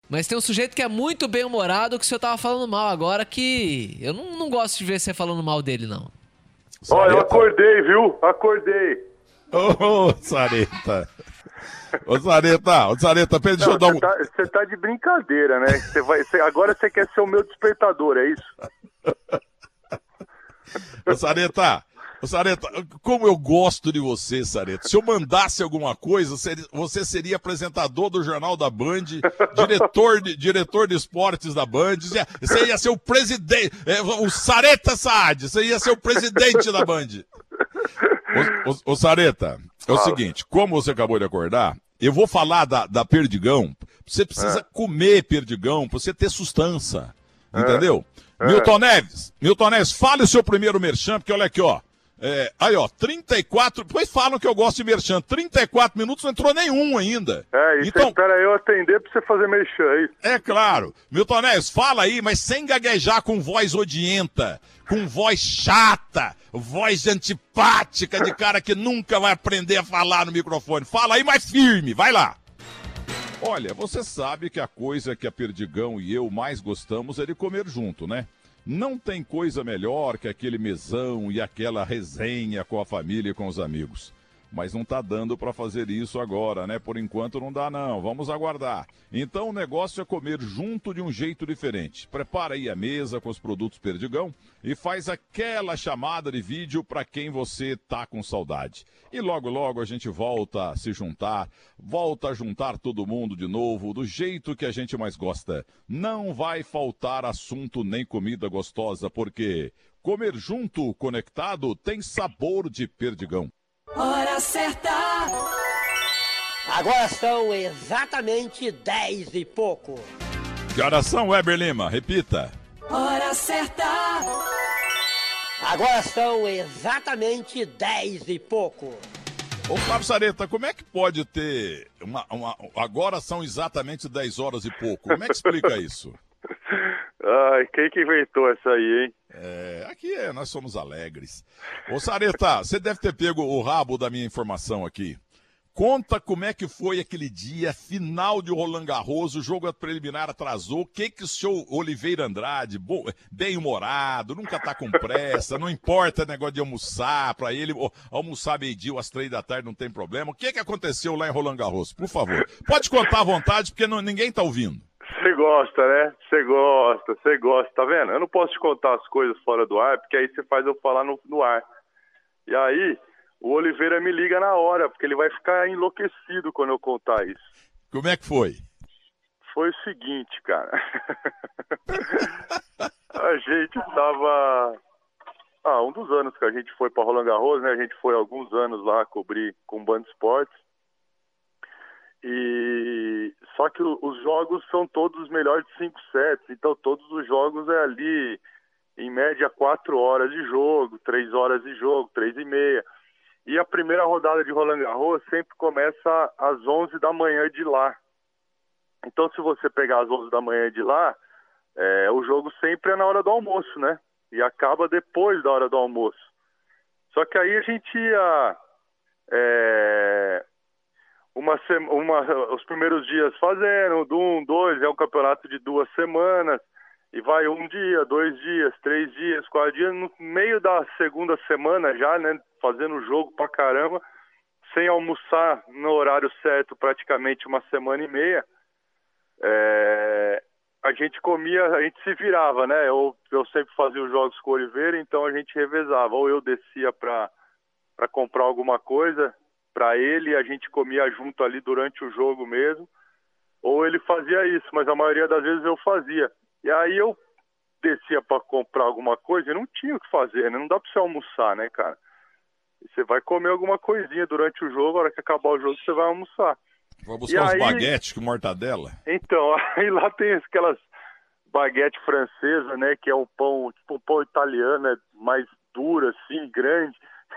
Mas tem um sujeito que é muito bem-humorado que o senhor tava falando mal agora, que eu não gosto de ver você falando mal dele, não. Ó, eu Sareta? acordei, viu? Acordei. Ô, Sareta. Ô, Sareta, peraí, deixa Não, eu dar um... você tá de brincadeira, né? Agora você quer ser o meu despertador, é isso? Ô, Sareta, como eu gosto de você, Sareta. Se eu mandasse alguma coisa, você seria apresentador do Jornal da Band, diretor de esportes da Band. Você ia ser o presidente, o Sareta Saad, você ia ser o presidente da Band. Ô, Sareta, é o seguinte, como você acabou de acordar, eu vou falar da Perdigão. Você precisa comer Perdigão pra você ter sustância. Entendeu? Milton Neves, fale o seu primeiro merchan, porque olha aqui, ó. Aí, ó, 34. Depois falam que eu gosto de merchan. 34 minutos não entrou nenhum ainda. Então, espera eu atender pra você fazer merchan aí. É claro. Milton Neves, fala aí, mas sem gaguejar com voz odienta, com voz chata, voz antipática de cara que nunca vai aprender a falar no microfone. Fala aí mais firme, vai lá. Olha, você sabe que a coisa que a Perdigão e eu mais gostamos é de comer junto, né? Não tem coisa melhor que aquele mesão e aquela resenha com a família e com os amigos. Mas não tá dando para fazer isso agora, né? Por enquanto não dá não, vamos aguardar. Então o negócio é comer junto de um jeito diferente. Prepara aí a mesa com os produtos Perdigão e faz aquela chamada de vídeo para quem você tá com saudade. E logo logo a gente volta a se juntar, volta a juntar todo mundo de novo, do jeito que a gente mais gosta. Não vai faltar assunto nem comida gostosa, porque comer junto, conectado, tem sabor de Perdigão. Hora certa! Agora são exatamente 10 e pouco. Que horas são, Weber Lima? Repita. Hora certa! Agora são exatamente 10 e pouco. Ô, Flávio Sareta, como é que pode ter agora são exatamente 10 horas e pouco? Como é que explica isso? Ai, quem que inventou essa aí, hein? Aqui nós somos alegres. Ô, Sareta, você deve ter pego o rabo da minha informação aqui. Conta como é que foi aquele dia final de Roland Garros, o jogo preliminar atrasou, o que o senhor Oliveira Andrade, bem-humorado, nunca tá com pressa, não importa negócio de almoçar pra ele, almoçar meio-dia às 3 da tarde não tem problema. O que aconteceu lá em Roland Garros, por favor? Pode contar à vontade, porque ninguém tá ouvindo. Você gosta, né? Você gosta, tá vendo? Eu não posso te contar as coisas fora do ar, porque aí você faz eu falar no ar. E aí, o Oliveira me liga na hora, porque ele vai ficar enlouquecido quando eu contar isso. Como é que foi? Foi o seguinte, cara. A gente tava... um dos anos que a gente foi pra Roland Garros, né? A gente foi alguns anos lá cobrir com Band Esportes. E só que os jogos são todos melhores de 5 sets, então todos os jogos é ali em média 4 horas de jogo, 3 horas de jogo, 3 e meia. E a primeira rodada de Roland Garros sempre começa às 11 da manhã de lá. Então se você pegar às 11 da manhã de lá, o jogo sempre é na hora do almoço, né? E acaba depois da hora do almoço. Só que aí a gente ia... os primeiros dias fazendo, 1, 2, é um campeonato de 2 semanas, e vai 1 dia, 2 dias, 3 dias, 4 dias, no meio da segunda semana já, né, fazendo jogo pra caramba, sem almoçar no horário certo praticamente 1 semana e meia, a gente comia, a gente se virava, né, eu sempre fazia os jogos com o Oliveira, então a gente revezava, ou eu descia pra comprar alguma coisa para ele, a gente comia junto ali durante o jogo mesmo, ou ele fazia isso, mas a maioria das vezes eu fazia. E aí eu descia para comprar alguma coisa e não tinha o que fazer, né? Não dá para você almoçar, né, cara? E você vai comer alguma coisinha durante o jogo, a hora que acabar o jogo você vai almoçar. Vai buscar uns baguetes com mortadela? Então, aí lá tem aquelas baguete francesa, né, que é um pão, tipo um pão italiano, mais duro assim, grande.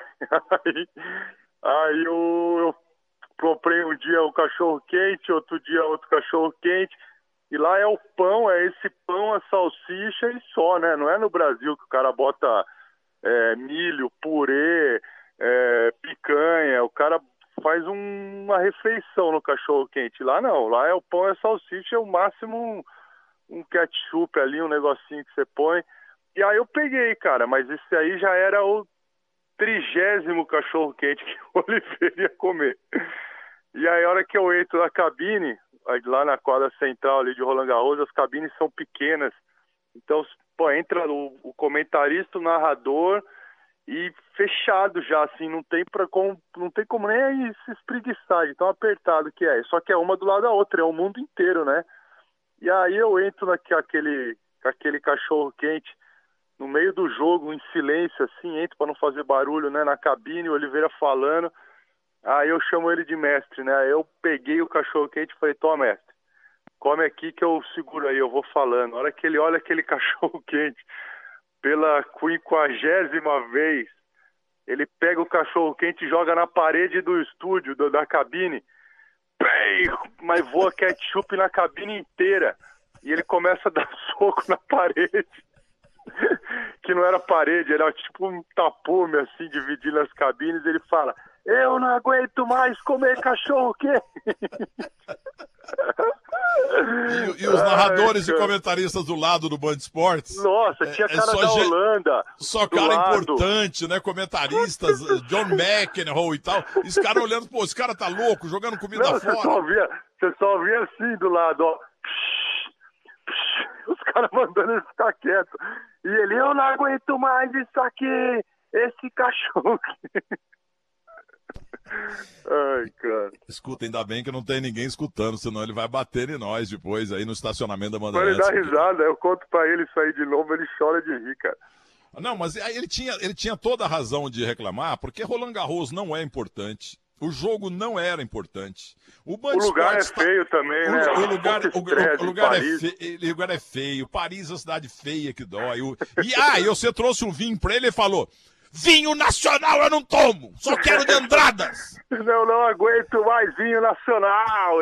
Aí eu comprei um dia um cachorro-quente, outro dia outro cachorro-quente. E lá é o pão, é esse pão, a salsicha e só, né? Não é no Brasil que o cara bota milho, purê, picanha. O cara faz uma refeição no cachorro-quente. Lá não, lá é o pão, é salsicha, é o máximo um ketchup ali, um negocinho que você põe. E aí eu peguei, cara, mas esse aí já era o 30º cachorro-quente que o Oliveira ia comer. E aí a hora que eu entro na cabine, lá na quadra central ali de Roland Garros, as cabines são pequenas. Então, pô, entra o comentarista, o narrador, e fechado já, assim, não tem como nem aí se espreguiçar, de tão apertado que é. Só que é uma do lado da outra, é o mundo inteiro, né? E aí eu entro aquele cachorro-quente, no meio do jogo, em silêncio, assim, entro para não fazer barulho, né, na cabine, o Oliveira falando. Aí eu chamo ele de mestre, né? Aí eu peguei o cachorro-quente e falei, toma, mestre, come aqui que eu seguro aí, eu vou falando. Na hora que ele olha aquele cachorro-quente, pela 50ª vez, ele pega o cachorro-quente e joga na parede do estúdio, da cabine, mas voa ketchup na cabine inteira. E ele começa a dar soco na parede. Que não era parede, era tipo um tapume assim, dividindo as cabines. Ele fala, eu não aguento mais comer cachorro-quente. E os narradores e comentaristas do lado do Band Esportes? Nossa, tinha cara da Holanda. Só cara importante, né? Comentaristas, John McEnroe e tal. Esse cara olhando, pô, esse cara tá louco, jogando comida não, fora. Você só via assim do lado, ó. Os caras mandando ele ficar quieto. E ele, eu não aguento mais isso aqui, esse cachorro aqui. Ai, cara. Escuta, ainda bem que não tem ninguém escutando, senão ele vai bater em nós depois aí no estacionamento da Mas Bandeirantes. ele dá risada, eu conto pra ele isso aí de novo, ele chora de rir, cara. Não, mas aí ele tinha toda a razão de reclamar, porque Roland Garros não é importante. O jogo não era importante. O lugar é feio também, né? O lugar é feio. Paris é uma cidade feia que dói. E você trouxe um vinho pra ele e falou, vinho nacional eu não tomo, só quero de Andradas. Não aguento mais vinho nacional.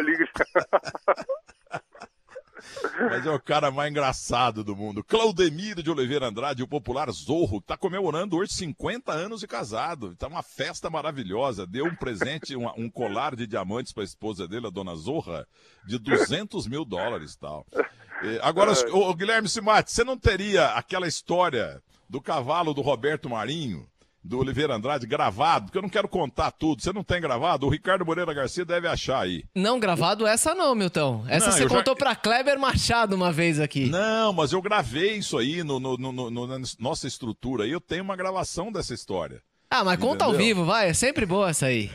Mas é o cara mais engraçado do mundo. Claudemiro de Oliveira Andrade, o popular Zorro, que tá comemorando hoje 50 anos de casado. Tá uma festa maravilhosa. Deu um presente, um colar de diamantes pra esposa dele, a dona Zorra, de $200 mil e tal. Agora, o Guilherme Simati, você não teria aquela história do cavalo do Roberto Marinho, do Oliveira Andrade, gravado? Porque eu não quero contar tudo. Você não tem gravado? O Ricardo Moreira Garcia deve achar aí. Não, gravado essa não, Milton. Essa você contou pra Kleber Machado uma vez aqui. Não, mas eu gravei isso aí na nossa estrutura aí. Eu tenho uma gravação dessa história. Ah, mas conta ao vivo, vai. É sempre boa essa aí.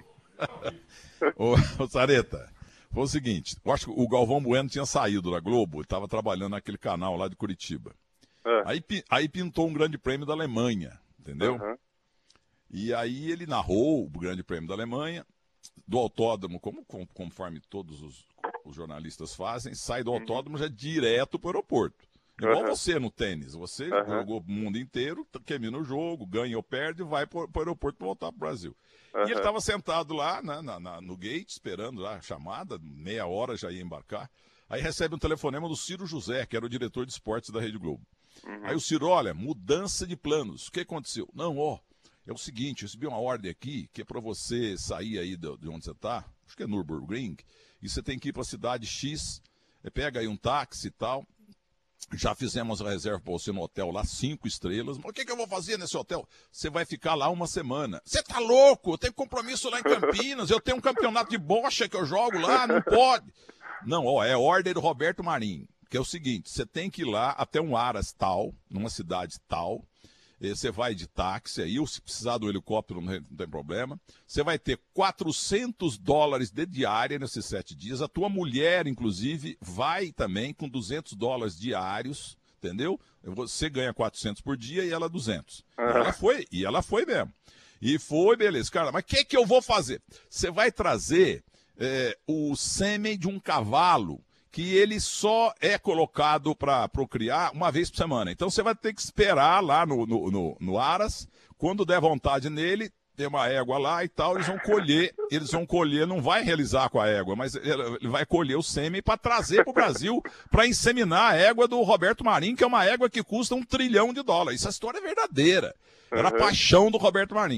Ô, Sareta, foi o seguinte. Eu acho que o Galvão Bueno tinha saído da Globo. Ele estava trabalhando naquele canal lá de Curitiba. Aí pintou um grande prêmio da Alemanha. Entendeu? Uhum. E aí ele narrou o Grande Prêmio da Alemanha, do autódromo, conforme todos os jornalistas fazem, sai do autódromo já direto para o aeroporto. Igual você no tênis. Você jogou o mundo inteiro, termina o jogo, ganha ou perde, vai para o aeroporto para voltar para o Brasil. E ele estava sentado lá no gate, esperando lá a chamada, meia hora já ia embarcar. Aí recebe um telefonema do Ciro José, que era o diretor de esportes da Rede Globo. Aí o Ciro, olha, mudança de planos. O que aconteceu? Não, é o seguinte, eu recebi uma ordem aqui, que é para você sair aí de onde você está, acho que é Nürburgring, e você tem que ir para a cidade X, pega aí um táxi e tal. Já fizemos a reserva para você no hotel lá, 5 estrelas. Mas o que eu vou fazer nesse hotel? Você vai ficar lá uma semana. Você tá louco? Eu tenho compromisso lá em Campinas, eu tenho um campeonato de bocha que eu jogo lá, não pode. Não, é ordem do Roberto Marinho. Que é o seguinte, você tem que ir lá até um Aras tal, numa cidade tal, você vai de táxi aí, se precisar do helicóptero não tem problema, você vai ter $400 de diária nesses 7 dias, a tua mulher, inclusive, vai também com $200 diários, entendeu? Você ganha 400 por dia e ela 200. E ela foi mesmo. E foi, beleza. Cara, mas o que eu vou fazer? Você vai trazer o sêmen de um cavalo, que ele só é colocado para procriar uma vez por semana. Então você vai ter que esperar lá no Aras, quando der vontade nele, tem uma égua lá e tal, eles vão colher, não vai realizar com a égua, mas ele vai colher o sêmen para trazer para o Brasil, para inseminar a égua do Roberto Marinho, que é uma égua que custa $1 trilhão. Essa história é verdadeira. Era a paixão do Roberto Marinho.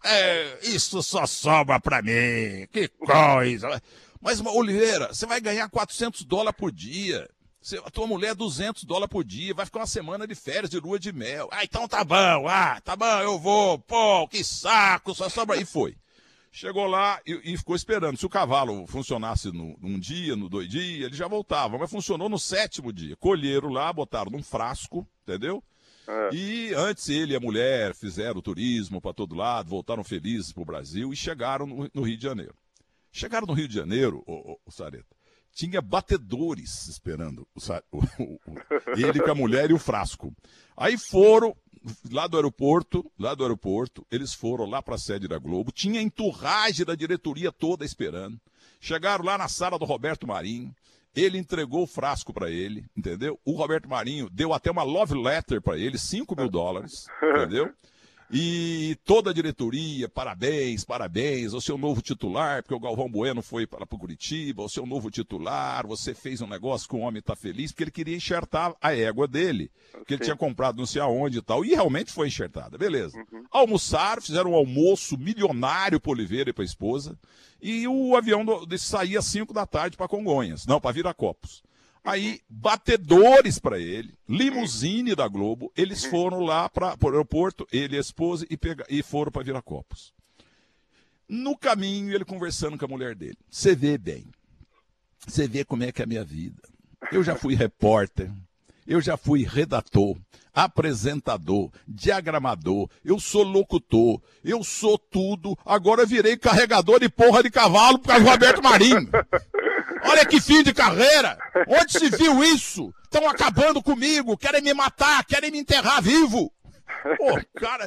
Isso só sobra pra mim, que coisa. Mas, Oliveira, você vai ganhar $400 por dia. A tua mulher $200 por dia, vai ficar uma semana de férias, de lua de mel. Então tá bom, eu vou. Pô, que saco, só sobra. E foi. Chegou lá e ficou esperando. Se o cavalo funcionasse num dia, no 2 dias, ele já voltava. Mas funcionou no 7º dia. Colheram lá, botaram num frasco, entendeu? E antes ele e a mulher fizeram turismo para todo lado, voltaram felizes pro Brasil e chegaram no Rio de Janeiro. Chegaram no Rio de Janeiro, o Sareta, tinha batedores esperando ele com a mulher e o frasco. Aí foram, lá do aeroporto, eles foram lá para a sede da Globo, tinha entourage da diretoria toda esperando. Chegaram lá na sala do Roberto Marinho, ele entregou o frasco para ele, entendeu? O Roberto Marinho deu até uma love letter para ele, $5 mil, entendeu? E toda a diretoria, parabéns, o seu novo titular, porque o Galvão Bueno foi para Curitiba, o seu novo titular, você fez um negócio que o homem está feliz, porque ele queria enxertar a égua dele, que ele tinha comprado não sei aonde e tal, e realmente foi enxertada, beleza. Almoçaram, fizeram um almoço milionário para Oliveira e para a esposa, e o avião saía às 5 da tarde para Congonhas, não, para Viracopos. Aí, batedores para ele, limusine da Globo, eles foram lá para o aeroporto, ele e a esposa, e foram para Viracopos. No caminho, ele conversando com a mulher dele. Você vê bem, você vê como é que é a minha vida. Eu já fui repórter, eu já fui redator, apresentador, diagramador, eu sou locutor, eu sou tudo, agora eu virei carregador de porra de cavalo por causa do Roberto Marinho. Olha que fim de carreira! Onde se viu isso? Estão acabando comigo, querem me matar, querem me enterrar vivo. Pô, cara,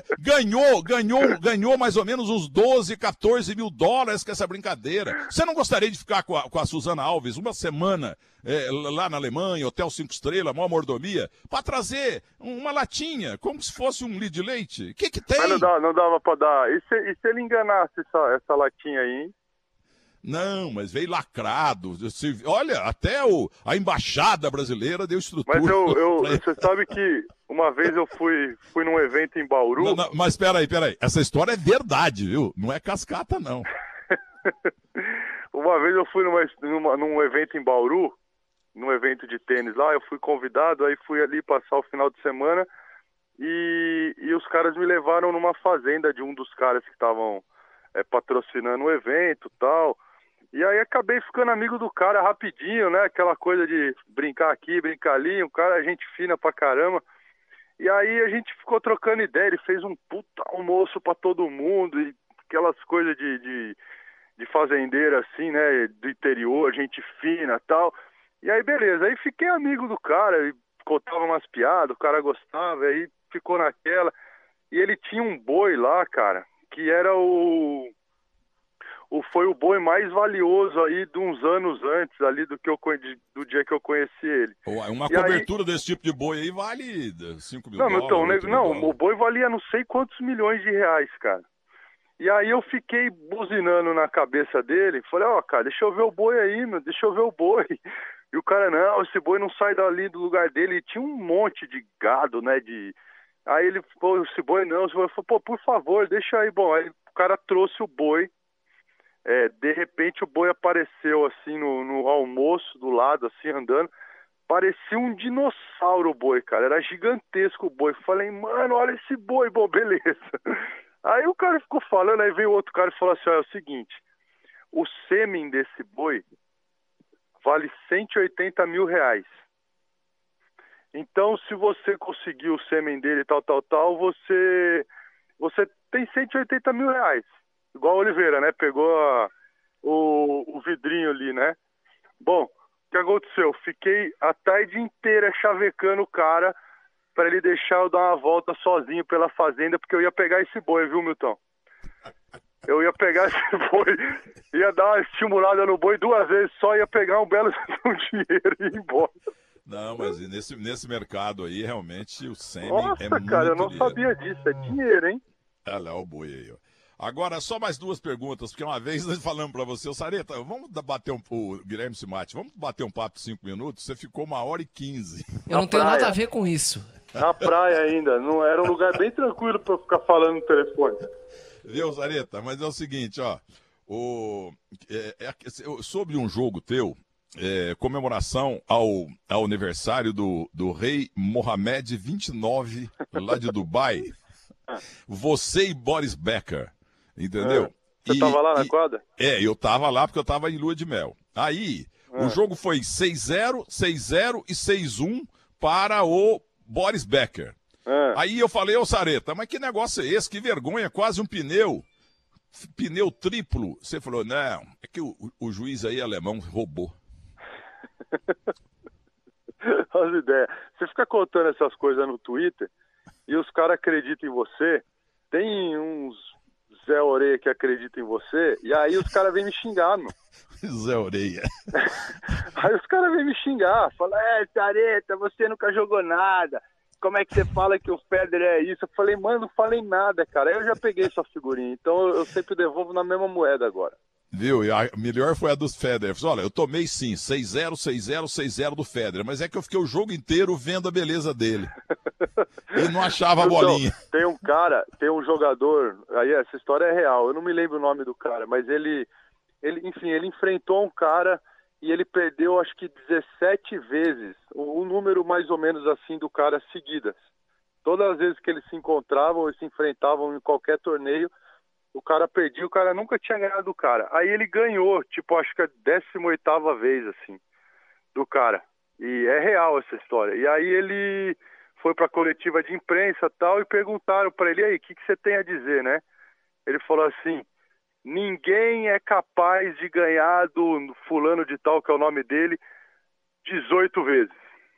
ganhou mais ou menos uns 12, 14 mil dólares com essa brincadeira. Você não gostaria de ficar com a Suzana Alves uma semana lá na Alemanha, Hotel 5 Estrelas, maior mordomia, para trazer uma latinha, como se fosse um litro de leite? O que tem? Mas não dava para dar. E se ele enganasse essa latinha aí, hein? Não, mas veio lacrado. Olha, até a embaixada brasileira deu estrutura. Mas você sabe que uma vez eu fui num evento em Bauru. Não, mas peraí. Essa história é verdade, viu? Não é cascata, não. Uma vez eu fui num evento em Bauru, num evento de tênis lá, eu fui convidado, aí fui ali passar o final de semana e os caras me levaram numa fazenda de um dos caras que estavam patrocinando o evento e tal. E aí acabei ficando amigo do cara rapidinho, né? Aquela coisa de brincar aqui, brincar ali, um cara, gente fina pra caramba. E aí a gente ficou trocando ideia, ele fez um puta almoço pra todo mundo, e aquelas coisas de fazendeiro assim, né? Do interior, gente fina e tal. E aí beleza, aí fiquei amigo do cara, e contava umas piadas, o cara gostava, aí ficou naquela. E ele tinha um boi lá, cara, que era foi o boi mais valioso aí de uns anos antes ali do dia que eu conheci ele. Uma cobertura desse tipo de boi aí vale 5 mil dólares. O boi valia não sei quantos milhões de reais, cara. E aí eu fiquei buzinando na cabeça dele, falei, cara, deixa eu ver o boi aí, meu, deixa eu ver o boi. E o cara, não, esse boi não sai dali do lugar dele, e tinha um monte de gado, né, Aí ele, pô, esse boi não, falou, pô, por favor, deixa aí. Bom, aí o cara trouxe o boi, de repente o boi apareceu assim no almoço do lado, assim, andando, parecia um dinossauro o boi, cara, era gigantesco o boi. Falei, mano, olha esse boi, bom, beleza. Aí o cara ficou falando, aí veio outro cara e falou assim, é o seguinte, o sêmen desse boi vale 180 mil reais. Então, se você conseguir o sêmen dele, tal, você tem 180 mil reais. Igual a Oliveira, né? Pegou o vidrinho ali, né? Bom, o que aconteceu? Fiquei a tarde inteira chavecando o cara para ele deixar eu dar uma volta sozinho pela fazenda, porque eu ia pegar esse boi, viu, Milton? Eu ia pegar esse boi, ia dar uma estimulada no boi 2 vezes só, ia pegar um belo dinheiro e ir embora. Não, mas nesse mercado aí, realmente, o sêmen é muito cara, eu não sabia disso. É dinheiro, hein? Olha lá o boi aí, ó. Agora, só mais 2 perguntas, porque uma vez nós falamos pra você, Sareta, vamos bater o Guilherme Simati, vamos bater um papo de 5 minutos? Você ficou 1h15. Eu não tenho nada a ver com isso. Na praia ainda, não era um lugar bem tranquilo pra eu ficar falando no telefone. Viu, Zareta? Mas é o seguinte, ó. Sobre um jogo teu, comemoração ao aniversário do rei Mohamed 29, lá de Dubai, você e Boris Becker, entendeu? Você tava lá na quadra? Eu tava lá porque eu tava em lua de mel. Aí, o jogo foi 6-0, 6-0 e 6-1 para o Boris Becker. Aí eu falei, ô Sareta, mas que negócio é esse? Que vergonha, quase um pneu triplo. Você falou, não, é que o juiz aí alemão roubou. As ideias. Você fica contando essas coisas no Twitter e os caras acreditam em você. Tem uns Zé Orelha que acreditam em você e aí os caras vêm me xingar, meu. Zé Orelha. Aí os caras vêm me xingar. Falam, Sareta, você nunca jogou nada. Como é que você fala que o Federer é isso? Eu falei, mano, não falei nada, cara. Aí eu já peguei sua figurinha. Então eu sempre devolvo na mesma moeda agora. Viu? E a melhor foi a dos Federer. Olha, eu tomei sim, 6-0, 6-0, 6-0 do Federer. Mas é que eu fiquei o jogo inteiro vendo a beleza dele. E não achava a bolinha. Então, tem um jogador, aí essa história é real. Eu não me lembro o nome do cara, mas ele enfrentou um cara e ele perdeu acho que 17 vezes, o número mais ou menos assim do cara seguidas. Todas as vezes que eles se encontravam e se enfrentavam em qualquer torneio, o cara perdia, o cara nunca tinha ganhado do cara. Aí ele ganhou, tipo, acho que a 18ª vez, assim, do cara. E é real essa história. E aí ele foi pra coletiva de imprensa e tal, e perguntaram pra ele, aí, o que você tem a dizer, né? Ele falou assim, ninguém é capaz de ganhar do fulano de tal, que é o nome dele, 18 vezes.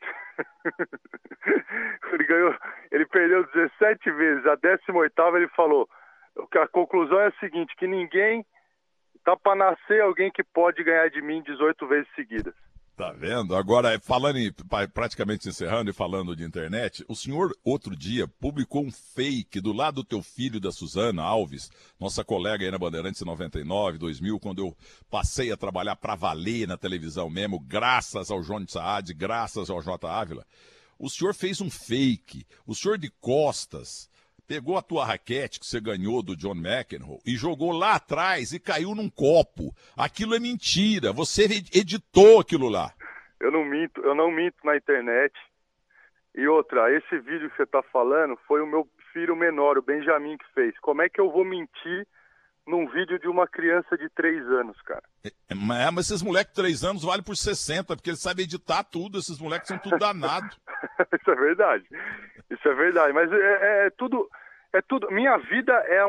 Ele perdeu 17 vezes, a 18ª ele falou, a conclusão é a seguinte, que ninguém tá para nascer alguém que pode ganhar de mim 18 vezes seguidas. Tá vendo? Agora, praticamente encerrando e falando de internet, o senhor, outro dia, publicou um fake do lado do teu filho, da Suzana Alves, nossa colega aí na Bandeirantes em 99, 2000, quando eu passei a trabalhar pra valer na televisão mesmo, graças ao João de Saad, graças ao J. Ávila. O senhor fez um fake, o senhor de costas pegou a tua raquete que você ganhou do John McEnroe e jogou lá atrás e caiu num copo. Aquilo é mentira. Você editou aquilo lá. Eu não minto na internet. E outra, esse vídeo que você está falando foi o meu filho menor, o Benjamin, que fez. Como é que eu vou mentir num vídeo de uma criança de 3 anos, cara? Mas esses moleques de 3 anos valem por 60, porque eles sabem editar tudo. Esses moleques são tudo danados. Isso é verdade. Isso é verdade. Mas é tudo. Minha vida é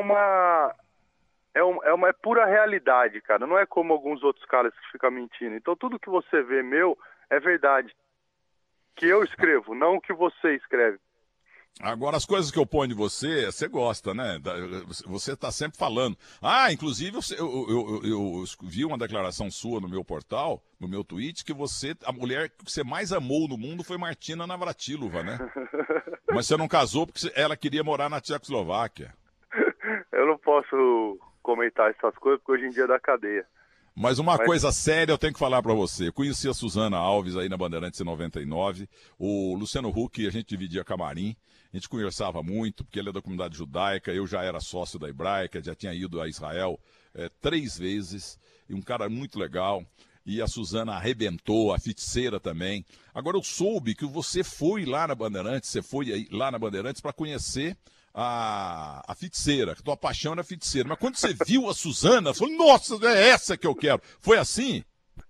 pura realidade, cara. Não é como alguns outros caras que ficam mentindo. Então tudo que você vê meu é verdade. Que eu escrevo, não o que você escreve. Agora, as coisas que eu ponho de você gosta, né? Você está sempre falando. Inclusive, eu vi uma declaração sua no meu portal, no meu tweet, que a mulher que você mais amou no mundo foi Martina Navratilova, né? Mas você não casou porque ela queria morar na Tchecoslováquia. Eu não posso comentar essas coisas porque hoje em dia é da cadeia. Mas uma coisa séria eu tenho que falar pra você. Eu conheci a Suzana Alves aí na Bandeirantes em 99. O Luciano Huck, a gente dividia camarim. A gente conversava muito, porque ele é da comunidade judaica. Eu já era sócio da Hebraica, já tinha ido a Israel 3 vezes. E um cara muito legal. E a Suzana arrebentou, a feiticeira também. Agora eu soube que você foi lá na Bandeirantes, lá na Bandeirantes para conhecer a feiticeira, que tua paixão era feiticeira. Mas quando você viu a Suzana, você falou, nossa, é essa que eu quero. Foi assim?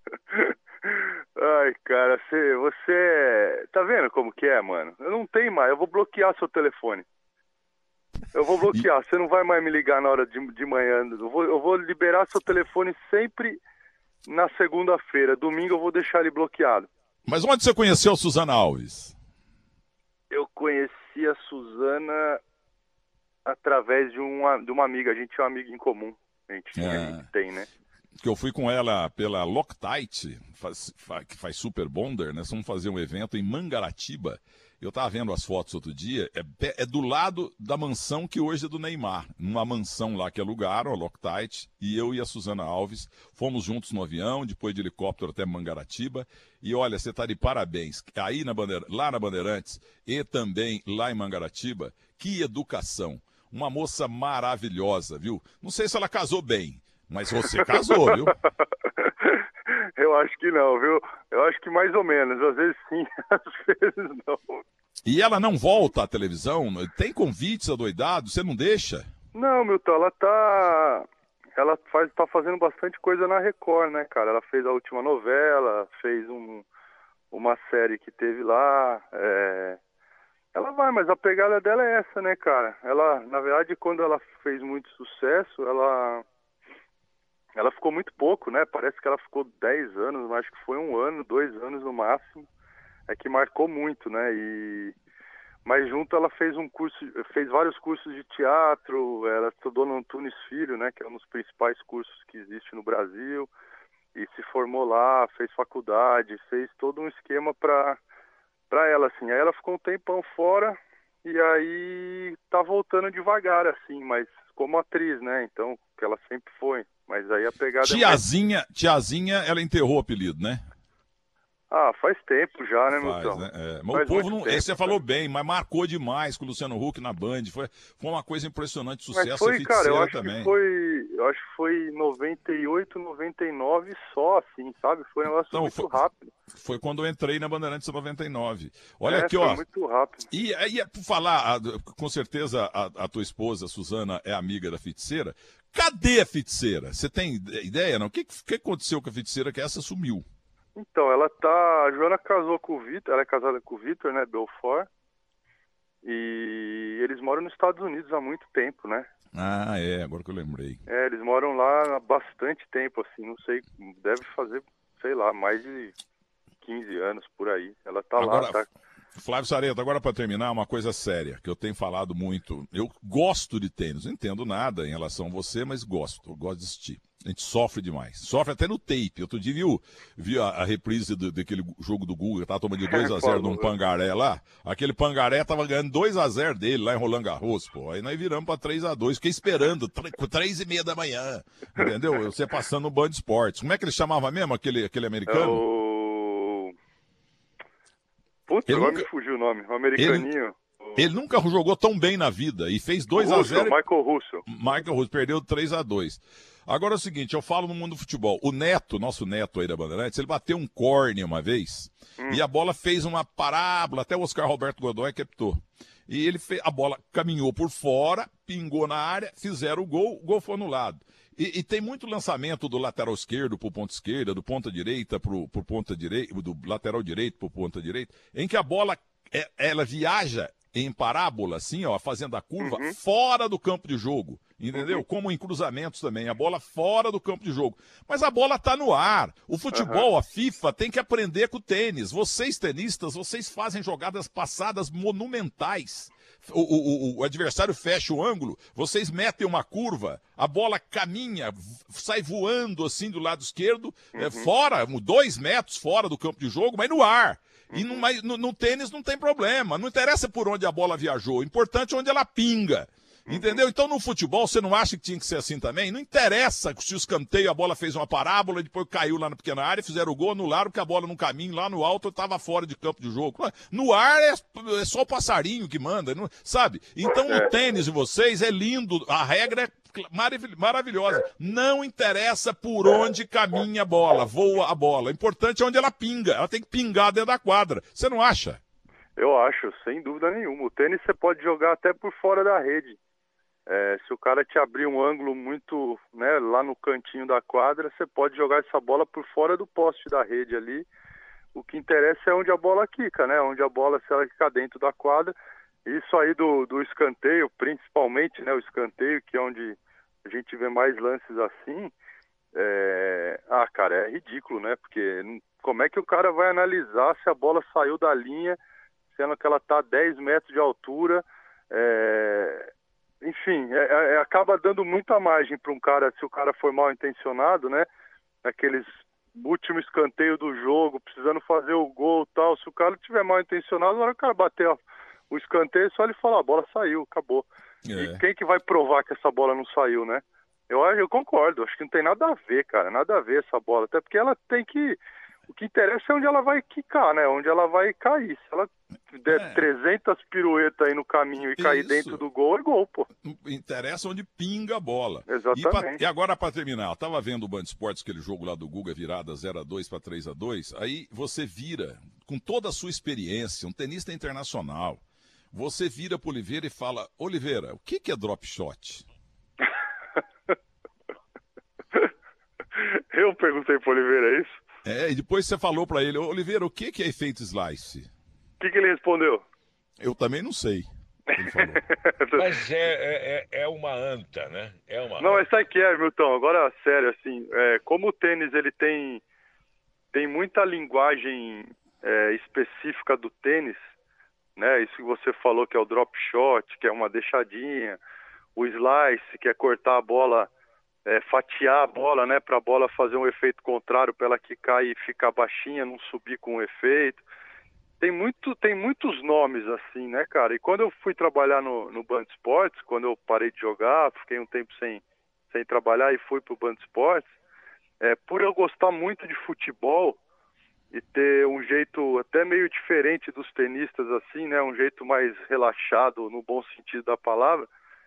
Ai, cara, você tá vendo como que é, mano? Eu não tenho mais, eu vou bloquear seu telefone. Eu vou bloquear, você não vai mais me ligar na hora de manhã. Eu vou liberar seu telefone sempre na segunda-feira. Domingo eu vou deixar ele bloqueado. Mas onde você conheceu a Suzana Alves? Eu conheci a Suzana através de uma amiga. A gente tinha uma amiga em comum. A gente tem, né? Que eu fui com ela pela Loctite, que faz Super Bonder, né? Vamos fazer um evento em Mangaratiba. Eu tava vendo as fotos outro dia, é do lado da mansão que hoje é do Neymar. Numa mansão lá que alugaram, a Loctite, e eu e a Suzana Alves fomos juntos no avião, depois de helicóptero até Mangaratiba. E olha, você tá de parabéns. Aí lá na Bandeirantes e também lá em Mangaratiba, que educação. uma moça maravilhosa, viu? Não sei se ela casou bem, mas você casou, viu? Eu acho que não, viu? Eu acho que mais ou menos. Às vezes sim, às vezes não. E ela não volta à televisão? Tem convites adoidados? Você não deixa? Não, Milton, tá fazendo bastante coisa na Record, né, cara? Ela fez a última novela, fez uma série que teve lá. Ela vai, mas a pegada dela é essa, né, cara? Ela, na verdade, quando ela fez muito sucesso, ela ficou muito pouco, né? Parece que ela ficou 10 anos, mas acho que foi 1 ano, 2 anos no máximo. É que marcou muito, né? Mas junto ela fez vários cursos de teatro, ela estudou no Antunes Filho, né? Que é um dos principais cursos que existe no Brasil. E se formou lá, fez faculdade, fez todo um esquema para ela, assim. Aí ela ficou um tempão fora e aí tá voltando devagar, assim, mas como atriz, né? Então, que ela sempre foi. Mas aí a pegada Tiazinha, ela enterrou o apelido, né? Ah, faz tempo já, né, Faz, Milton? né? Mas Faz o povo muito não. tempo, Você falou bem, mas marcou demais com o Luciano Huck na Band. Foi uma coisa impressionante, sucesso. Mas foi, a cara, eu acho também. eu acho que foi 98, 99 só, assim, sabe? Foi um negócio muito rápido. Foi quando eu entrei na Bandeirantes em 99. Olha aqui, ó. Foi muito rápido. E aí, por falar, com certeza a tua esposa, Suzana, é amiga da Feiticeira. Cadê a Feiticeira? Você tem ideia, não? O que aconteceu com a Feiticeira que essa sumiu? Então, a Joana casou com o Vitor, ela é casada com o Vitor, né, Belfort, e eles moram nos Estados Unidos há muito tempo, né? Ah, agora que eu lembrei. Eles moram lá há bastante tempo, assim, não sei, deve fazer, sei lá, mais de 15 anos por aí. Ela tá agora, lá, tá... Flávio Sareta, agora para terminar, uma coisa séria, que eu tenho falado muito. Eu gosto de tênis, não entendo nada em relação a você, mas gosto de assistir. A gente sofre demais. Sofre até no tape. Outro dia viu a reprise daquele jogo do Guga, tava tomando de 2-0 num Pangaré lá. Aquele Pangaré tava ganhando 2-0 dele lá em Roland Garros, pô. Aí nós viramos pra 3-2. Fiquei esperando, 3:30 da manhã. Entendeu? Você passando no Band Esportes. Como é que ele chamava mesmo, aquele americano? Putz, agora me fugiu o nome. O americaninho. Ele nunca jogou tão bem na vida e fez 2-0. Michael Russell. Michael Russell perdeu 3-2. Agora é o seguinte, eu falo no mundo do futebol. O Neto, nosso Neto aí da Bandeirantes, ele bateu um corne uma vez e a bola fez uma parábola, até o Oscar Roberto Godoy captou. E a bola caminhou por fora, pingou na área, fizeram o gol foi anulado. E tem muito lançamento do lateral esquerdo pro ponta esquerda, do ponta direita pro ponta direita, do lateral direito pro ponta direita, em que a bola ela viaja em parábola, assim, ó, fazendo a curva fora do campo de jogo, entendeu? Como em cruzamentos também, a bola fora do campo de jogo. Mas a bola tá no ar. O futebol, a FIFA, tem que aprender com o tênis. Vocês, tenistas, vocês fazem jogadas passadas monumentais. O adversário fecha o ângulo, vocês metem uma curva, a bola caminha, sai voando assim do lado esquerdo, fora, 2 metros fora do campo de jogo, mas no ar. E no tênis não tem problema. Não interessa por onde a bola viajou. O importante é onde ela pinga. Entendeu? Então no futebol você não acha que tinha que ser assim também? Não interessa se o escanteio, a bola fez uma parábola, depois caiu lá na pequena área, fizeram o gol, anularam, porque a bola no caminho lá no alto estava fora de campo de jogo. No ar é só o passarinho que manda, não, sabe? Então o tênis de vocês é lindo, a regra é maravilhosa. Não interessa por onde caminha a bola, voa a bola. O importante é onde ela pinga. Ela tem que pingar dentro da quadra. Você não acha? Eu acho, sem dúvida nenhuma. O tênis você pode jogar até por fora da rede. Se o cara te abrir um ângulo muito, né, lá no cantinho da quadra, você pode jogar essa bola por fora do poste da rede ali. O que interessa é onde a bola quica, né? Onde a bola, se ela ficar dentro da quadra. Isso aí do escanteio, principalmente, né, o escanteio, que é onde a gente vê mais lances assim, cara, é ridículo, né? Porque como é que o cara vai analisar se a bola saiu da linha, sendo que ela está a 10 metros de altura? Enfim, acaba dando muita margem para um cara, se o cara for mal intencionado, né? Naqueles último escanteio do jogo, precisando fazer o gol e tal. Se o cara tiver mal intencionado, na hora que o cara bater o escanteio, só ele falar, a bola saiu, acabou. E quem que vai provar que essa bola não saiu, né? Eu concordo, acho que não tem nada a ver, cara, nada a ver essa bola, até porque ela tem que... O que interessa é onde ela vai quicar, né? Onde ela vai cair. Se ela der 300 piruetas aí no caminho e cair dentro do gol, é gol, pô. Interessa onde pinga a bola. Exatamente. E agora, para terminar, eu tava vendo o Band Esportes, aquele jogo lá do Guga, virada 0-2 para 3-2, aí você vira, com toda a sua experiência, um tenista internacional, você vira pro Oliveira e fala, Oliveira, o que é drop shot? Eu perguntei pro Oliveira isso. E depois você falou para ele, Oliveira, o que é efeito slice? O que ele respondeu? Eu também não sei. Ele falou. Mas é uma anta, né? Não, mas sabe o que é, Milton? Agora, sério, assim, como o tênis ele tem muita linguagem específica do tênis, né? Isso que você falou que é o drop shot, que é uma deixadinha, o slice, que é cortar a bola, fatiar a bola, né? Para a bola fazer um efeito contrário, para ela quicar e ficar baixinha, não subir com o efeito. Tem muitos nomes assim, né, cara? E quando eu fui trabalhar no Band Esportes, quando eu parei de jogar, fiquei um tempo sem trabalhar e fui pro Band Esportes, por eu gostar muito de futebol e ter um jeito até meio diferente dos tenistas, assim, né? Um jeito mais relaxado, no bom sentido da palavra,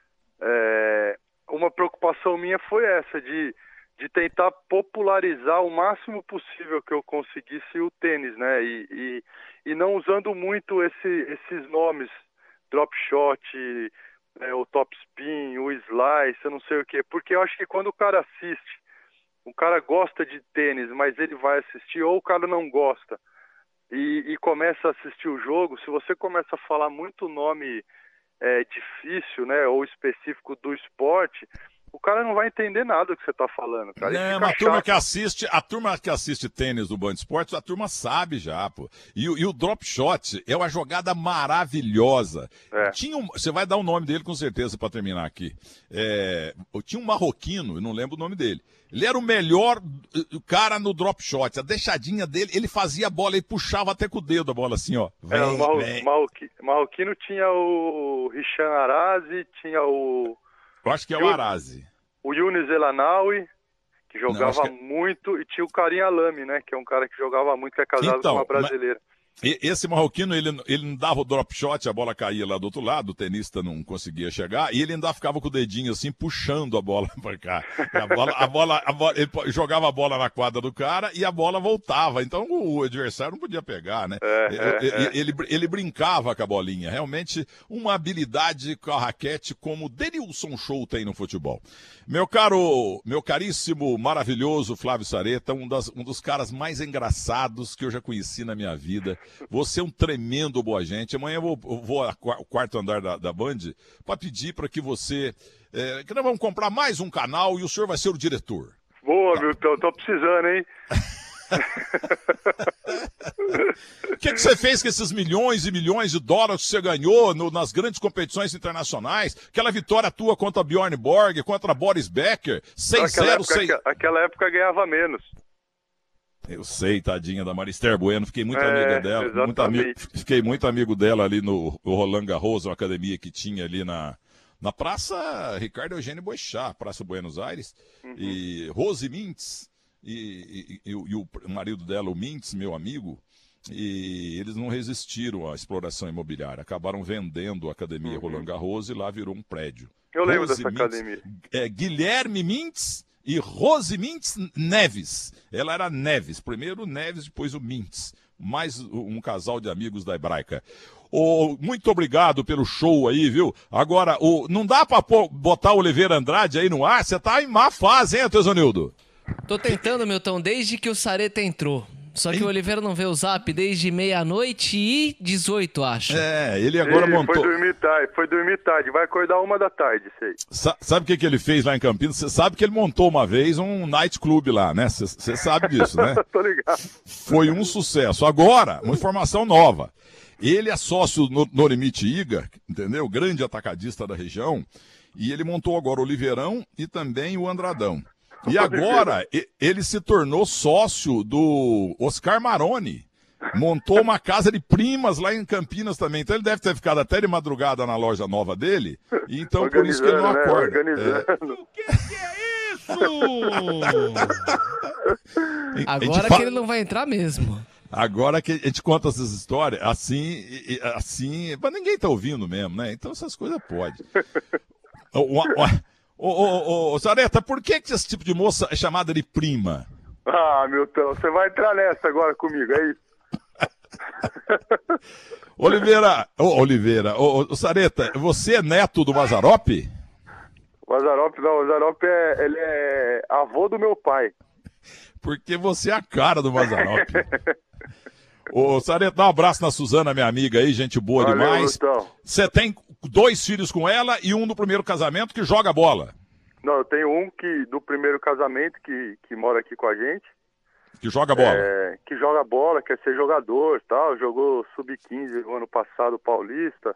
uma preocupação minha foi essa, de tentar popularizar o máximo possível que eu conseguisse o tênis, né? E não usando muito esses nomes, drop shot, o top spin, o slice, eu não sei o quê. Porque eu acho que quando o cara assiste, o cara gosta de tênis, mas ele vai assistir, ou o cara não gosta e começa a assistir o jogo, se você começa a falar muito nome difícil, né, ou específico do esporte, o cara não vai entender nada do que você tá falando, cara. Não, mas a turma que assiste tênis do Band Esportes, a turma sabe já, pô. E o drop shot é uma jogada maravilhosa. Você vai dar o nome dele com certeza para terminar aqui. Tinha um marroquino, eu não lembro o nome dele. Ele era o melhor cara no drop shot. A deixadinha dele, ele fazia a bola e puxava até com o dedo a bola assim, ó. Marroquino tinha o Hisham Arazi, tinha o... Eu acho que é o Arazi. O Younes El Anaoui, que jogava muito, e tinha o Karim Alame, né? Que é um cara que jogava muito, que é casado com uma brasileira. Esse marroquino, ele não dava o drop shot, a bola caía lá do outro lado, o tenista não conseguia chegar, e ele ainda ficava com o dedinho assim, puxando a bola pra cá. Ele jogava a bola na quadra do cara e a bola voltava, então o adversário não podia pegar, né? Ele brincava com a bolinha, realmente uma habilidade com a raquete como o Denilson Show tem no futebol. Meu caríssimo, maravilhoso Flávio Sareta, um dos caras mais engraçados que eu já conheci na minha vida. Você é um tremendo boa gente. Amanhã eu vou ao quarto andar da Band para pedir para que você... que nós vamos comprar mais um canal e o senhor vai ser o diretor. Boa, Milton, tô precisando, hein? O que você fez com esses milhões e milhões de dólares que você ganhou nas grandes competições internacionais? Aquela vitória tua contra Bjorn Borg, contra Boris Becker, 6-0... Naquela época ganhava menos. Eu sei, tadinha da Marister Bueno, fiquei muito amiga dela, fiquei muito amigo dela ali no Roland Garros, uma academia que tinha ali na Praça Ricardo Eugênio Boechat, Praça Buenos Aires, e Rose Mintz, e o marido dela, o Mintz, meu amigo, e eles não resistiram à exploração imobiliária, acabaram vendendo a academia Roland Garros e lá virou um prédio. Eu lembro dessa academia. Guilherme Mintz e Rose Mintz Neves. Ela era Neves, primeiro o Neves, depois o Mintz. Mais um casal de amigos da Hebraica. Muito obrigado pelo show aí, viu? Agora, não dá pra botar o Oliveira Andrade aí no ar? Você tá em má fase, hein, Tesonildo? Tô tentando, Milton, desde que o Sareta entrou. Só que o Oliveira não vê o Zap desde 00:18, acho. Ele agora montou... Foi dormir tarde, vai acordar 1h, sei. Sabe o que ele fez lá em Campinas? Você sabe que ele montou uma vez um night club lá, né? Você sabe disso, né? Tô ligado. Foi um sucesso. Agora, uma informação nova. Ele é sócio no Limite Iga, entendeu? Grande atacadista da região. E ele montou agora o Oliveirão e também o Andradão. E agora, ele se tornou sócio do Oscar Maroni. Montou uma casa de primas lá em Campinas também. Então ele deve ter ficado até de madrugada na loja nova dele. E então por isso que ele não acorda. O que é isso? Agora que ele não vai entrar mesmo. Agora que a gente conta essas histórias, assim, mas ninguém tá ouvindo mesmo, né? Então essas coisas pode. Ô, Sareta, por que esse tipo de moça é chamada de prima? Ah, Milton, você vai entrar nessa agora comigo, é isso? Oliveira, Sareta, você é neto do Mazarop? O Mazarop não, o Mazarop ele é avô do meu pai. Porque você é a cara do Mazarop. Ô, Sareta, dá um abraço na Suzana, minha amiga aí, gente boa Valeu, demais. Milton. Você tem 2 filhos com ela e um do primeiro casamento que joga bola. Não, eu tenho um do primeiro casamento que mora aqui com a gente. Que joga bola. Que joga bola, quer ser jogador e tal. Jogou sub-15 no ano passado, Paulista.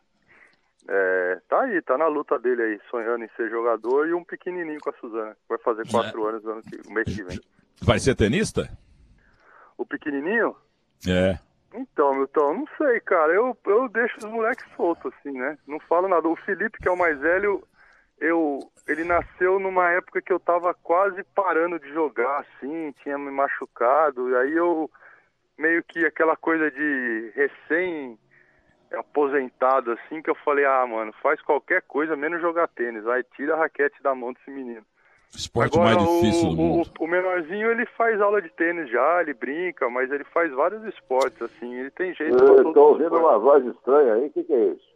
Tá aí, tá na luta dele aí, sonhando em ser jogador. E um pequenininho com a Suzana. Vai fazer 4 anos no mês que vem. Vai ser tenista? O pequenininho? É. Então, Milton, não sei, cara. Eu deixo os moleques soltos, assim, né? Não falo nada. O Felipe, que é o mais velho, ele nasceu numa época que eu tava quase parando de jogar, assim, tinha me machucado. E aí eu, meio que aquela coisa de recém-aposentado, assim, que eu falei, mano, faz qualquer coisa, menos jogar tênis. Vai, tira a raquete da mão desse menino. Esporte Agora, mais difícil do mundo. O menorzinho, ele faz aula de tênis já, ele brinca, mas ele faz vários esportes, assim, ele tem jeito pra Eu tô ouvindo uma voz estranha aí, o que é isso?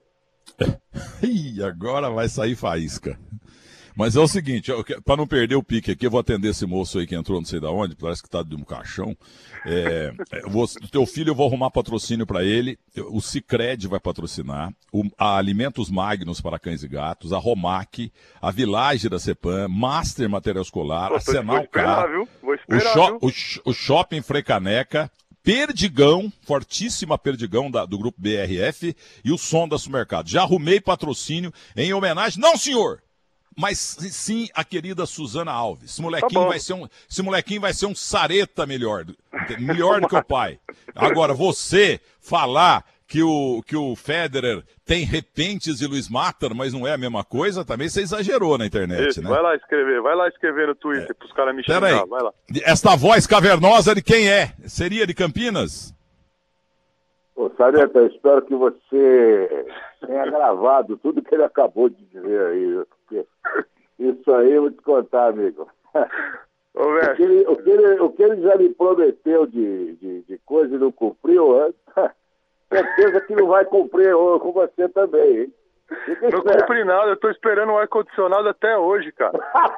Ih, agora vai sair faísca. Mas é o seguinte, para não perder o pique aqui, eu vou atender esse moço aí que entrou não sei de onde, parece que tá de um caixão. O teu filho eu vou arrumar patrocínio para ele, o Sicredi vai patrocinar, a Alimentos Magnus para cães e gatos, a Romac, a Village da Cepan, Master Material Escolar, a Senal Car, o Shopping Frecaneca, Perdigão, fortíssima Perdigão do grupo BRF e o Som da Supermercado. Já arrumei patrocínio em homenagem, não senhor! Mas sim a querida Suzana Alves. Esse molequinho vai ser um sareta melhor do que o pai. Agora, você falar que o Federer tem repentes e Luiz Matter, mas não é a mesma coisa, também você exagerou na internet, Isso, né? vai lá escrever no Twitter pros caras me xingar, vai lá. Esta voz cavernosa de quem é? Seria de Campinas? Ô, Sareta, eu espero que você tenha gravado tudo que ele acabou de dizer aí, porque isso aí eu vou te contar, amigo. O que ele já me prometeu de coisa e não cumpriu, certeza que não vai cumprir com você também, hein? Não cumpri nada, eu tô esperando um ar-condicionado até hoje, cara.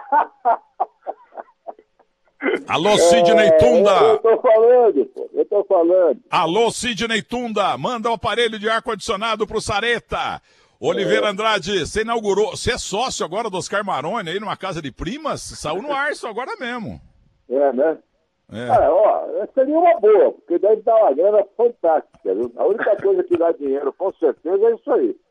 Alô, Sidney Tunda! Eu tô falando. Alô, Sidney Tunda, manda o aparelho de ar-condicionado pro Sareta. Oliveira Andrade, você é sócio agora do Oscar Maroni aí numa casa de primas? Saiu no ar isso agora mesmo. Né? Seria uma boa, porque deve dar uma grana fantástica, viu? A única coisa que dá dinheiro, com certeza, é isso aí.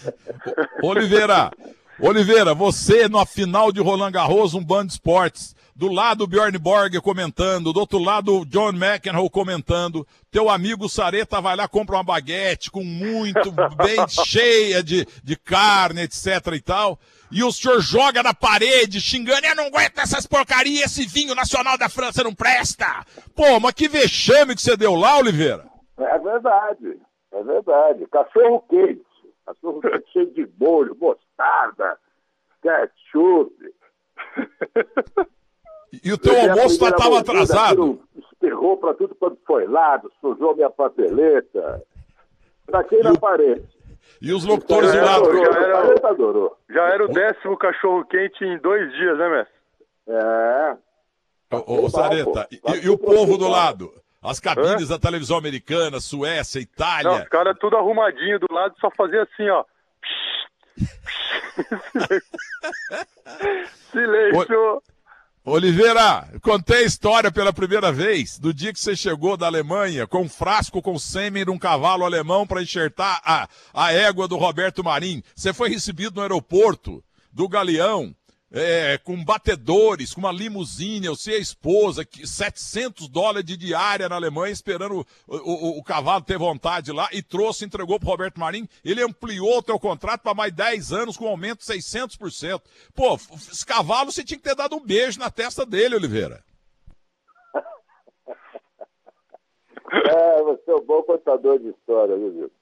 Oliveira, você na final de Roland Garros, um Band Esportes, do lado o Bjorn Borg comentando, do outro lado o John McEnroe comentando, teu amigo Sareta vai lá, compra uma baguete com muito, bem cheia de carne, etc e tal, e o senhor joga na parede, xingando, eu não aguento essas porcarias, esse vinho nacional da França não presta. Pô, mas que vexame que você deu lá, Oliveira. É verdade. Cachorro quente cheio de molho, mostarda, ketchup. E o teu almoço já estava atrasado. Espirrou pra tudo quanto foi lado, sujou minha papeleta. Taquei na parede. E os locutores do lado. Já era o 10º cachorro quente em 2 dias, né, mestre? Ô, Sareta, e o povo do lado? As cabines da televisão americana, Suécia, Itália. Não, os caras tudo arrumadinho do lado, só fazia assim, ó. Silêncio. Oliveira, contei a história pela primeira vez do dia que você chegou da Alemanha com um frasco com sêmen de um cavalo alemão para enxertar a égua do Roberto Marinho. Você foi recebido no aeroporto do Galeão, com batedores, com uma limusine, eu sei a esposa, $700 de diária na Alemanha, esperando o cavalo ter vontade lá, e entregou pro Roberto Marinho. Ele ampliou o teu contrato para mais 10 anos, com aumento de 600%. Pô, esse cavalo você tinha que ter dado um beijo na testa dele, Oliveira. Você é um bom contador de história, viu, Milton?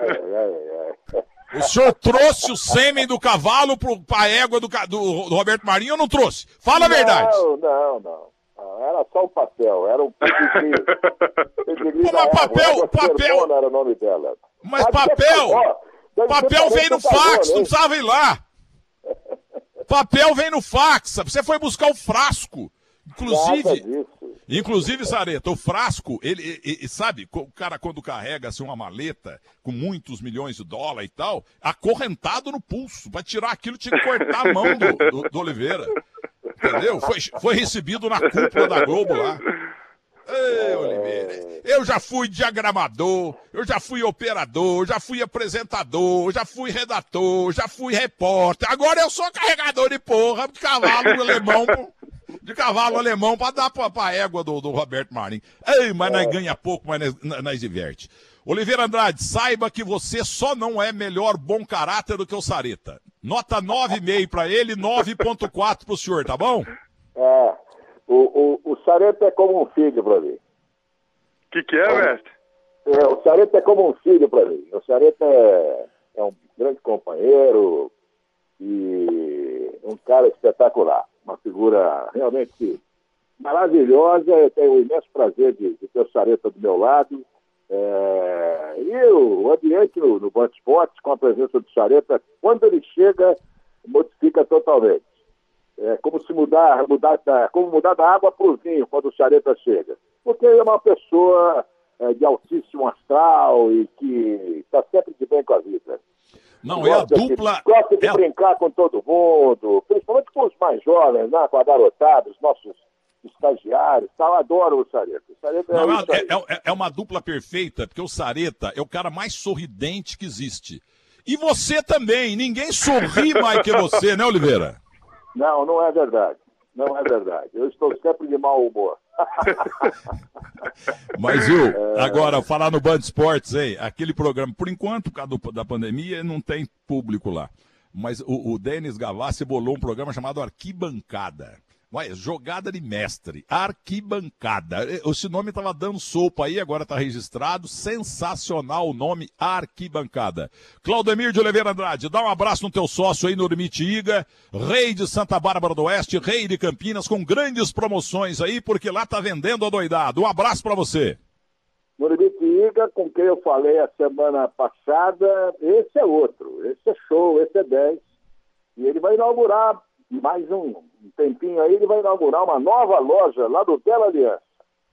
O senhor trouxe o sêmen do cavalo pra égua do Roberto Marinho ou não trouxe? Fala a verdade. Não. Era só um papel, era um pedigree. Papel era o nome dela. Mas papel vem no fax, não precisava ir lá. Papel vem no fax, você foi buscar o frasco. Inclusive, Sareta, o frasco, ele sabe, o cara quando carrega assim, uma maleta com muitos milhões de dólares e tal, acorrentado no pulso, pra tirar aquilo tinha que cortar a mão do Oliveira. Entendeu? Foi recebido na cúpula da Globo lá. Ei, Oliveira, eu já fui diagramador, eu já fui operador, já fui apresentador, já fui redator, já fui repórter, agora eu sou carregador de porra de cavalo alemão pra dar pra égua do Roberto Marinho. Ei, mas nós ganha pouco, mas nós diverte. Oliveira Andrade, saiba que você só não é melhor bom caráter do que o Sareta. Nota 9,5 pra ele, 9,4 pro senhor, tá bom? O Sareta é como um filho pra mim. Que é, mestre? O Sareta é como um filho pra mim. O Sareta é um grande companheiro e um cara espetacular. Uma figura realmente maravilhosa. Eu tenho o imenso prazer de ter o Sareta do meu lado. E o ambiente no Band Esportes, com a presença do Sareta, quando ele chega, modifica totalmente. É como se mudar da água para o vinho quando o Sareta chega. Porque ele é uma pessoa de altíssimo astral e que está sempre de bem com a vida. Não, é a dupla... Gosta de brincar com todo mundo, principalmente com os mais jovens, né, com a garotada, os nossos estagiários, tal. Adoro o Sareta. O Sareta é uma dupla perfeita, porque o Sareta é o cara mais sorridente que existe. E você também, ninguém sorri mais que você, né, Oliveira? Não é verdade. Não é verdade. Eu estou sempre de mau humor. Mas, viu, agora, falar no Band Esportes, aquele programa, por enquanto, por causa da pandemia, não tem público lá. Mas o Denis Gavassi bolou um programa chamado Arquibancada. Ué, jogada de mestre, Arquibancada. Esse nome estava dando sopa aí, agora está registrado. Sensacional o nome, Arquibancada. Claudemir de Oliveira Andrade, dá um abraço no teu sócio aí no Limite-Iga, rei de Santa Bárbara do Oeste, rei de Campinas, com grandes promoções aí, porque lá tá vendendo adoidado. Um abraço para você. No Limite-Iga, com quem eu falei a semana passada, esse é outro, esse é show, esse é 10. E ele vai inaugurar mais um tempinho aí, ele vai inaugurar uma nova loja lá do Bela Aliança.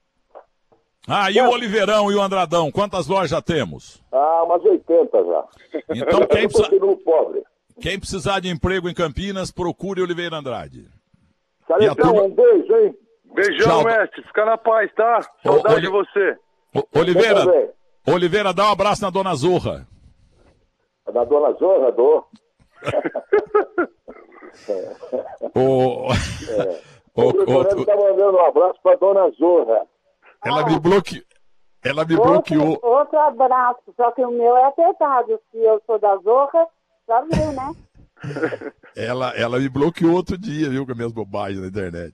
E o Oliveirão e o Andradão, quantas lojas já temos? Umas 80 já. Então pobre. Quem precisar de emprego em Campinas, procure Oliveira Andrade. Saletão, um beijo, hein? Beijão, mestre. Fica na paz, tá? Saudade de você. Oliveira, dá um abraço na Dona Zorra. Na Dona Zorra, dou. O está mandando um abraço para Dona Zorra. Ela me bloqueou. Outro abraço, só que o meu é apertado. Se eu sou da Zorra, já viu, né? Ela me bloqueou outro dia, viu, com as minhas bobagens na internet.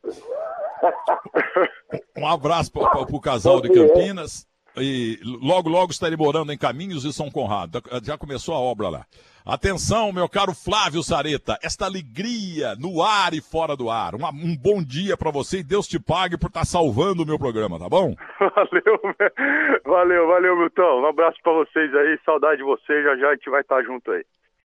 Um abraço para o casal de Campinas. E logo estarei morando em Caminhos e São Conrado. Já começou a obra lá. Atenção, meu caro Flávio Sareta, esta alegria no ar e fora do ar. Um bom dia pra você e Deus te pague por estar salvando o meu programa, tá bom? Valeu, Milton. Um abraço pra vocês aí, saudade de vocês, já a gente vai estar junto aí.